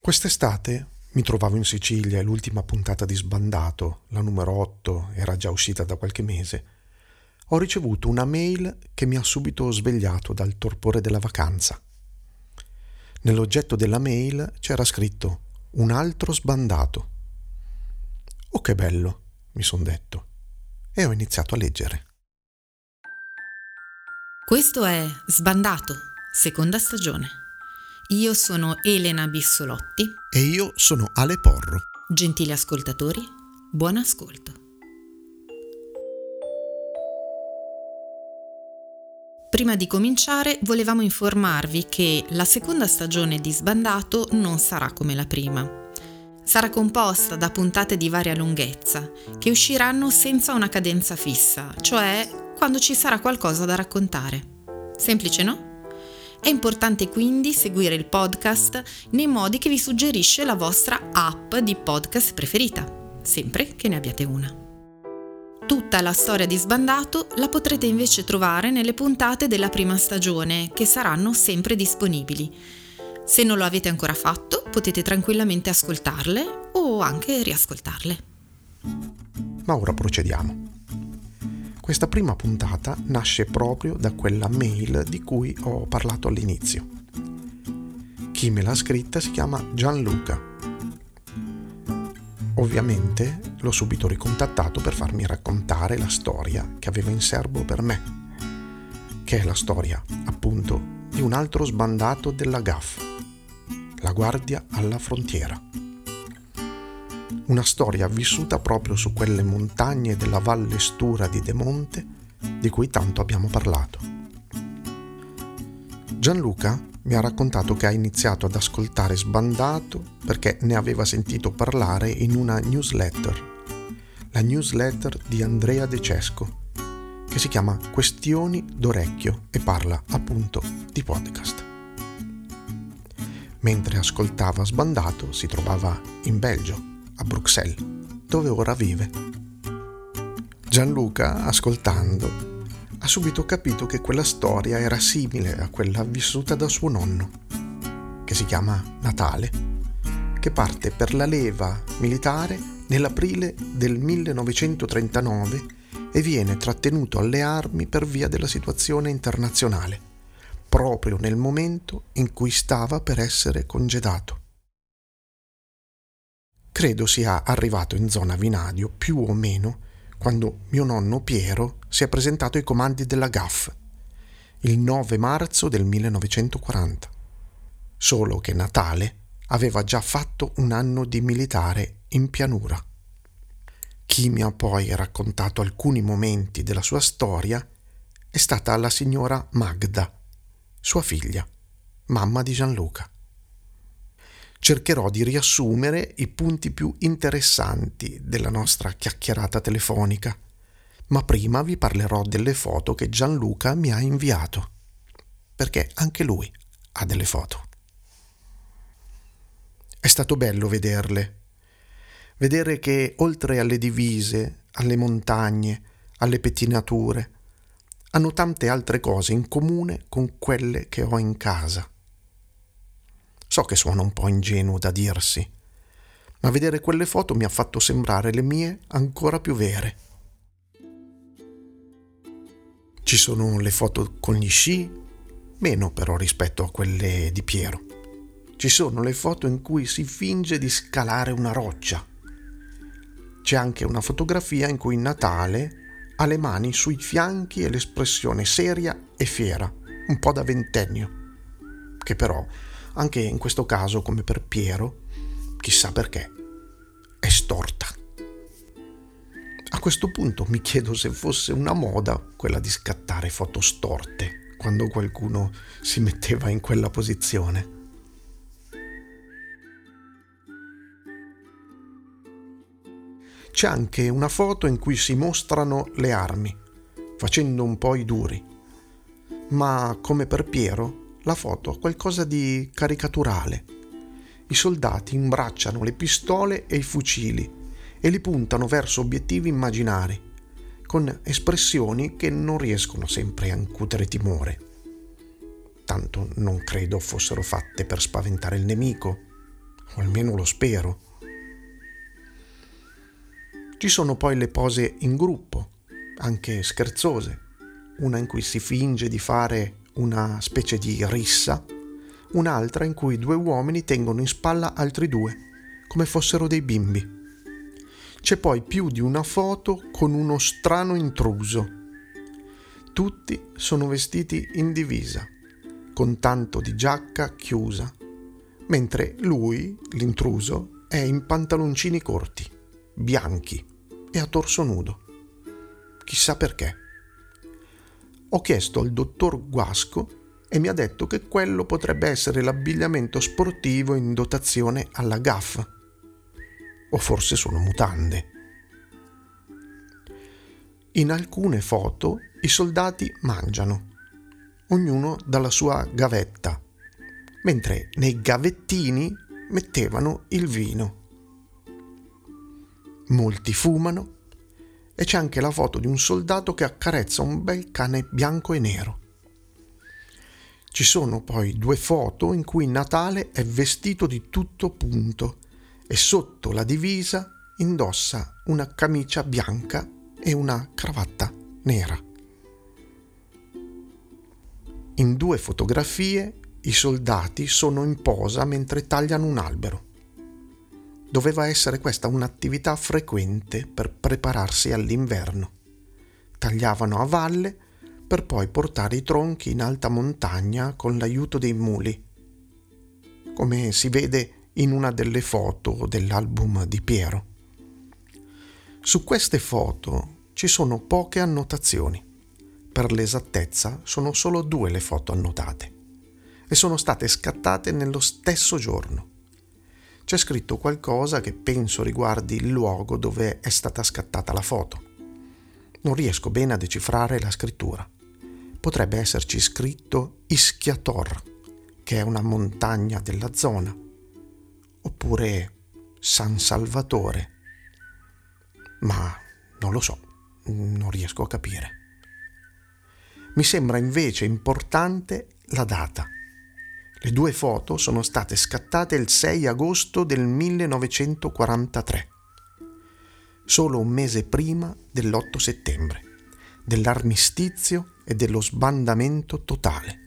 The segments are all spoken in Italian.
Quest'estate mi trovavo in Sicilia e l'ultima puntata di Sbandato, la numero 8, era già uscita da qualche mese. Ho ricevuto una mail che mi ha subito svegliato dal torpore della vacanza. Nell'oggetto della mail c'era scritto un altro sbandato. Oh, che bello, mi son detto, e ho iniziato a leggere. Questo è Sbandato, seconda stagione. Io sono Elena Bissolotti. E io sono Ale Porro. Gentili ascoltatori, buon ascolto. Prima di cominciare volevamo informarvi che la seconda stagione di Sbandato non sarà come la prima. Sarà composta da puntate di varia lunghezza, che usciranno senza una cadenza fissa, cioè quando ci sarà qualcosa da raccontare. Semplice, no? È importante quindi seguire il podcast nei modi che vi suggerisce la vostra app di podcast preferita, sempre che ne abbiate una. Tutta la storia di Sbandato la potrete invece trovare nelle puntate della prima stagione, che saranno sempre disponibili. Se non lo avete ancora fatto, potete tranquillamente ascoltarle o anche riascoltarle. Ma ora procediamo. Questa prima puntata nasce proprio da quella mail di cui ho parlato all'inizio. Chi me l'ha scritta si chiama Gianluca. Ovviamente l'ho subito ricontattato per farmi raccontare la storia che aveva in serbo per me, che è la storia, appunto, di un altro sbandato della GAF, la Guardia alla Frontiera. Una storia vissuta proprio su quelle montagne della Valle Stura di Demonte di cui tanto abbiamo parlato. Gianluca mi ha raccontato che ha iniziato ad ascoltare Sbandato perché ne aveva sentito parlare in una newsletter, la newsletter di Andrea De Cesco, che si chiama Questioni d'Orecchio e parla appunto di podcast. Mentre ascoltava Sbandato si trovava in Belgio, a Bruxelles, dove ora vive. Gianluca, ascoltando, ha subito capito che quella storia era simile a quella vissuta da suo nonno, che si chiama Natale, che parte per la leva militare nell'aprile del 1939 e viene trattenuto alle armi per via della situazione internazionale, proprio nel momento in cui stava per essere congedato. Credo sia arrivato in zona Vinadio più o meno quando mio nonno Piero si è presentato ai comandi della GAF il 9 marzo del 1940. Solo che Natale aveva già fatto un anno di militare in pianura. Chi mi ha poi raccontato alcuni momenti della sua storia è stata la signora Magda, sua figlia, mamma di Gianluca. Cercherò di riassumere i punti più interessanti della nostra chiacchierata telefonica, ma prima vi parlerò delle foto che Gianluca mi ha inviato, perché anche lui ha delle foto. È stato bello vedere che oltre alle divise, alle montagne, alle pettinature, hanno tante altre cose in comune con quelle che ho in casa. So che suona un po' ingenuo da dirsi, ma vedere quelle foto mi ha fatto sembrare le mie ancora più vere. Ci sono le foto con gli sci, meno però rispetto a quelle di Piero. Ci sono le foto in cui si finge di scalare una roccia. C'è anche una fotografia in cui Natale ha le mani sui fianchi e l'espressione seria e fiera, un po' da ventennio, che però anche in questo caso, come per Piero, chissà perché, è storta. A questo punto mi chiedo se fosse una moda quella di scattare foto storte quando qualcuno si metteva in quella posizione. C'è anche una foto in cui si mostrano le armi, facendo un po' i duri, ma come per Piero, la foto ha qualcosa di caricaturale. I soldati imbracciano le pistole e i fucili e li puntano verso obiettivi immaginari, con espressioni che non riescono sempre a incutere timore. Tanto non credo fossero fatte per spaventare il nemico. o almeno lo spero. Ci sono poi le pose in gruppo, anche scherzose, una in cui si finge di fare una specie di rissa, un'altra in cui 2 uomini tengono in spalla altri 2, come fossero dei bimbi. C'è poi più di una foto con uno strano intruso. Tutti sono vestiti in divisa, con tanto di giacca chiusa, mentre lui, l'intruso, è in pantaloncini corti, bianchi e a torso nudo. Chissà perché. Ho chiesto al dottor Guasco e mi ha detto che quello potrebbe essere l'abbigliamento sportivo in dotazione alla GAF. O forse sono mutande. In alcune foto i soldati mangiano, ognuno dalla sua gavetta, mentre nei gavettini mettevano il vino. Molti fumano e c'è anche la foto di un soldato che accarezza un bel cane bianco e nero. Ci sono poi 2 foto in cui Natale è vestito di tutto punto e sotto la divisa indossa una camicia bianca e una cravatta nera. In 2 fotografie i soldati sono in posa mentre tagliano un albero. Doveva essere questa un'attività frequente per prepararsi all'inverno. Tagliavano a valle per poi portare i tronchi in alta montagna con l'aiuto dei muli, come si vede in una delle foto dell'album di Piero. Su queste foto ci sono poche annotazioni. Per l'esattezza sono solo 2 le foto annotate e sono state scattate nello stesso giorno. C'è scritto qualcosa che penso riguardi il luogo dove è stata scattata la foto. Non riesco bene a decifrare la scrittura. Potrebbe esserci scritto Ischia-Tor, che è una montagna della zona, oppure San Salvatore. Ma non lo so, non riesco a capire. Mi sembra invece importante la data. Le 2 foto sono state scattate il 6 agosto del 1943, solo un mese prima dell'8 settembre, dell'armistizio e dello sbandamento totale.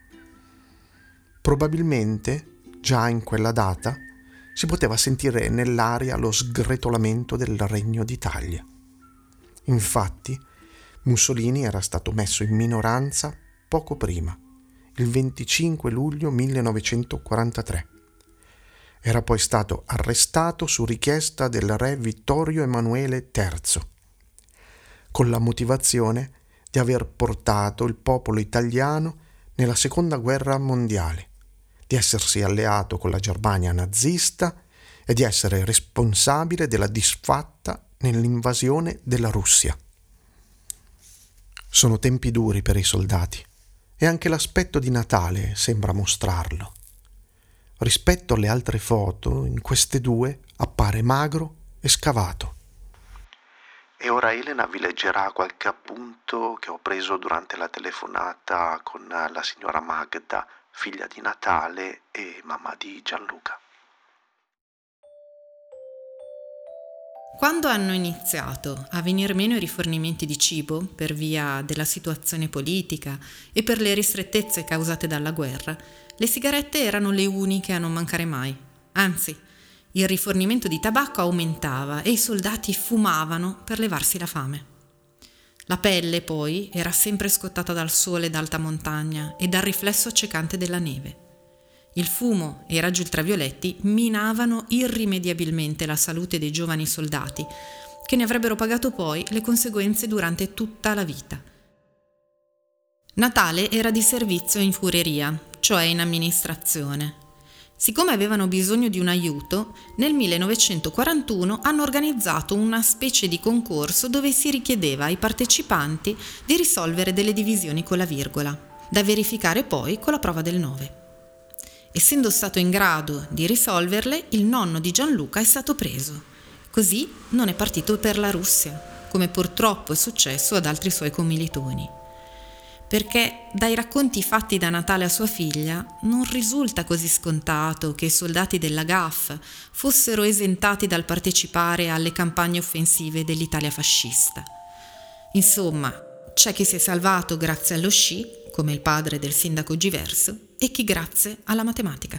Probabilmente, già in quella data, si poteva sentire nell'aria lo sgretolamento del Regno d'Italia. Infatti, Mussolini era stato messo in minoranza poco prima, il 25 luglio 1943. Era poi stato arrestato su richiesta del re Vittorio Emanuele III, con la motivazione di aver portato il popolo italiano nella Seconda Guerra Mondiale, di essersi alleato con la Germania nazista e di essere responsabile della disfatta nell'invasione della Russia. Sono tempi duri per i soldati e anche l'aspetto di Natale sembra mostrarlo. Rispetto alle altre foto, in queste 2 appare magro e scavato. E ora Elena vi leggerà qualche appunto che ho preso durante la telefonata con la signora Magda, figlia di Natale e mamma di Gianluca. Quando hanno iniziato a venir meno i rifornimenti di cibo per via della situazione politica e per le ristrettezze causate dalla guerra, le sigarette erano le uniche a non mancare mai. Anzi, il rifornimento di tabacco aumentava e i soldati fumavano per levarsi la fame. La pelle, poi, era sempre scottata dal sole d'alta montagna e dal riflesso accecante della neve. Il fumo e i raggi ultravioletti minavano irrimediabilmente la salute dei giovani soldati, che ne avrebbero pagato poi le conseguenze durante tutta la vita. Natale era di servizio in fugheria, cioè in amministrazione. Siccome avevano bisogno di un aiuto, nel 1941 hanno organizzato una specie di concorso dove si richiedeva ai partecipanti di risolvere delle divisioni con la virgola, da verificare poi con la prova del 9. Essendo stato in grado di risolverle, il nonno di Gianluca è stato preso. Così non è partito per la Russia, come purtroppo è successo ad altri suoi commilitoni. perché dai racconti fatti da Natale a sua figlia non risulta così scontato che i soldati della GAF fossero esentati dal partecipare alle campagne offensive dell'Italia fascista. Insomma, c'è chi si è salvato grazie allo sci, come il padre del sindaco Giverso, e chi grazie alla matematica.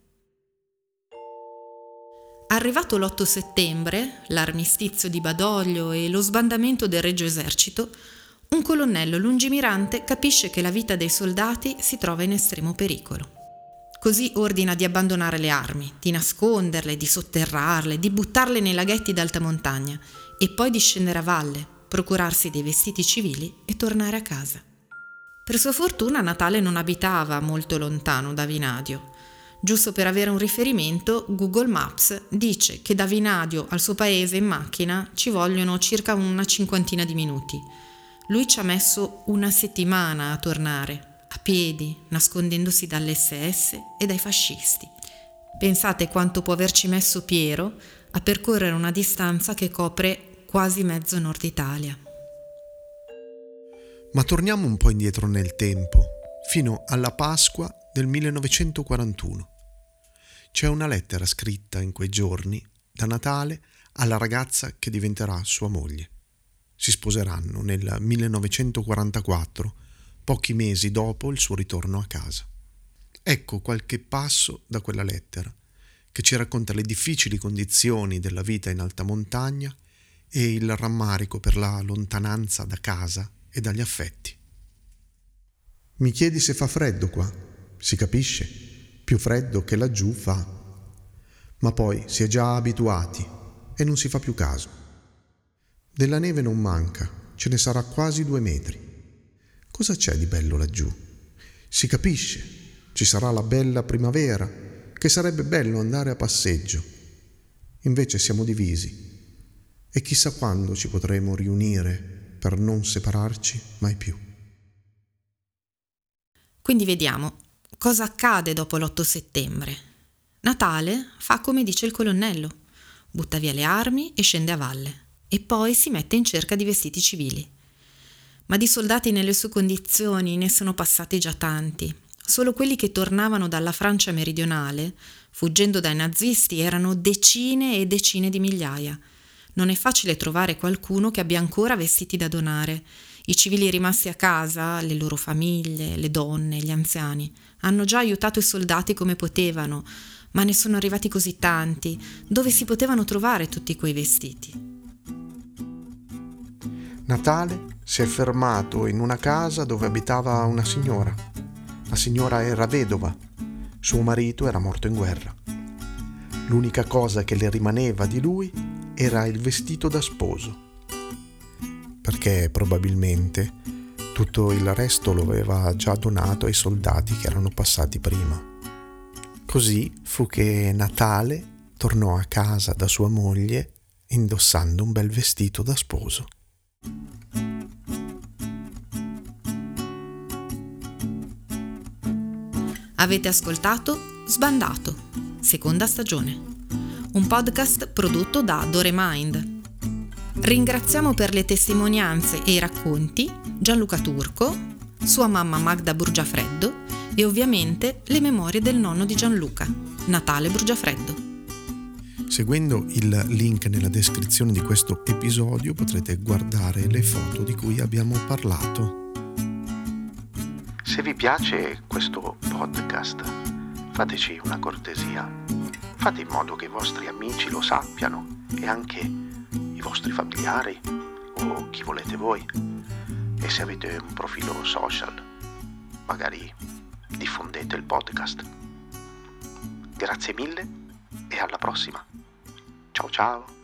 Arrivato l'8 settembre, l'armistizio di Badoglio e lo sbandamento del Regio Esercito, un colonnello lungimirante capisce che la vita dei soldati si trova in estremo pericolo. Così ordina di abbandonare le armi, di nasconderle, di sotterrarle, di buttarle nei laghetti d'alta montagna e poi di scendere a valle, procurarsi dei vestiti civili e tornare a casa. Per sua fortuna Natale non abitava molto lontano da Vinadio. Giusto per avere un riferimento, Google Maps dice che da Vinadio al suo paese in macchina ci vogliono circa una 50 di minuti. Lui ci ha messo una settimana a tornare, a piedi, nascondendosi dall'SS e dai fascisti. Pensate quanto può averci messo Piero a percorrere una distanza che copre quasi mezzo Nord Italia. Ma torniamo un po' indietro nel tempo, fino alla Pasqua del 1941. C'è una lettera scritta in quei giorni da Natale alla ragazza che diventerà sua moglie. Si sposeranno nel 1944, pochi mesi dopo il suo ritorno a casa. Ecco qualche passo da quella lettera, che ci racconta le difficili condizioni della vita in alta montagna e il rammarico per la lontananza da casa e dagli affetti. Mi chiedi se fa freddo qua? Si capisce, più freddo che laggiù fa. Ma poi si è già abituati e non si fa più caso. Della neve non manca, ce ne sarà quasi 2 metri. Cosa c'è di bello laggiù? Si capisce, ci sarà la bella primavera, che sarebbe bello andare a passeggio. Invece siamo divisi e chissà quando ci potremo riunire per non separarci mai più. Quindi vediamo cosa accade dopo l'8 settembre. Natale fa come dice il colonnello, butta via le armi e scende a valle. E poi si mette in cerca di vestiti civili. Ma di soldati nelle sue condizioni ne sono passati già tanti. Solo quelli che tornavano dalla Francia meridionale, fuggendo dai nazisti, erano decine e decine di migliaia. Non è facile trovare qualcuno che abbia ancora vestiti da donare. I civili rimasti a casa, le loro famiglie, le donne, gli anziani, hanno già aiutato i soldati come potevano, ma ne sono arrivati così tanti. Dove si potevano trovare tutti quei vestiti? Natale si è fermato in una casa dove abitava una signora. La signora era vedova. Suo marito era morto in guerra. L'unica cosa che le rimaneva di lui era il vestito da sposo, perché probabilmente tutto il resto lo aveva già donato ai soldati che erano passati prima. Così fu che Natale tornò a casa da sua moglie indossando un bel vestito da sposo. Avete ascoltato Sbandato, seconda stagione, un podcast prodotto da Doremind. Ringraziamo per le testimonianze e i racconti Gianluca Turco, sua mamma Magda Brugiafreddo e ovviamente le memorie del nonno di Gianluca, Natale Brugiafreddo. Seguendo il link nella descrizione di questo episodio potrete guardare le foto di cui abbiamo parlato. Se vi piace questo podcast, fateci una cortesia. Fate in modo che i vostri amici lo sappiano e anche i vostri familiari o chi volete voi. E se avete un profilo social, magari diffondete il podcast. Grazie mille e alla prossima. Ciao ciao.